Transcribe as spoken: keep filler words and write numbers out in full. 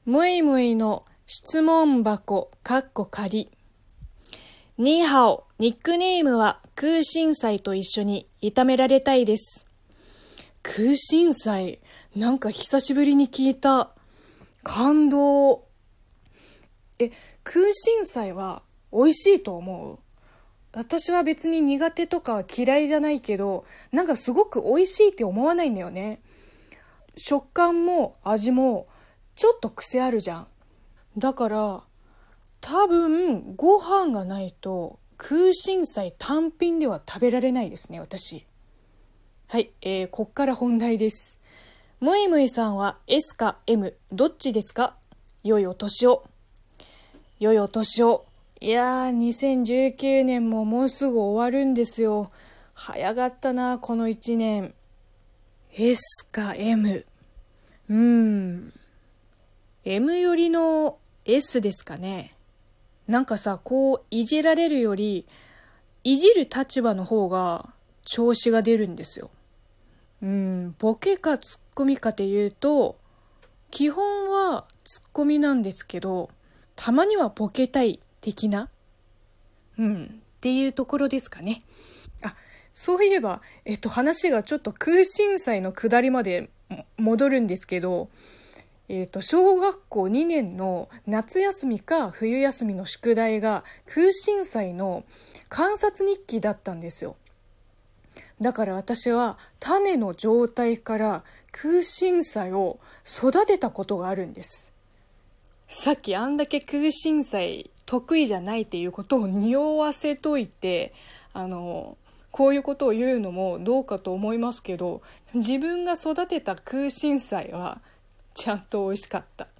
むいむいの質問箱かっこ仮。ニーハオ、ニックネームは空心菜と一緒に炒められたいです。空心菜、なんか久しぶりに聞いた。感動。え、空心菜は美味しいと思う？私は別に苦手とか嫌いじゃないけど、なんかすごく美味しいって思わないんだよね。食感も味もちょっと癖あるじゃん。だから多分ご飯がないと空心菜単品では食べられないですね、私。はい、えー、こっから本題です。むいむいさんは エス か エム どっちですか？良いお年を。良いお年を。いやー、にせんじゅうきゅうねんももうすぐ終わるんですよ。早かったな、このいちねん。S か エム。うーん。M よりの S ですかね。なんかさ、こういじられるよりいじる立場の方が調子が出るんですよ。うん、ボケかツッコミかっていうと基本はツッコミなんですけど、たまにはボケたい的な、うんっていうところですかね。あ、そういえば、えっと話がちょっと空心菜の下りまで戻るんですけど、えーと、小学校にねんの夏休みか冬休みの宿題が空心菜の観察日記だったんですよ。だから私は種の状態から空心菜を育てたことがあるんです。さっきあんだけ空心菜得意じゃないっていうことを匂わせといて、あのこういうことを言うのもどうかと思いますけど、自分が育てた空心菜はちゃんと美味しかった。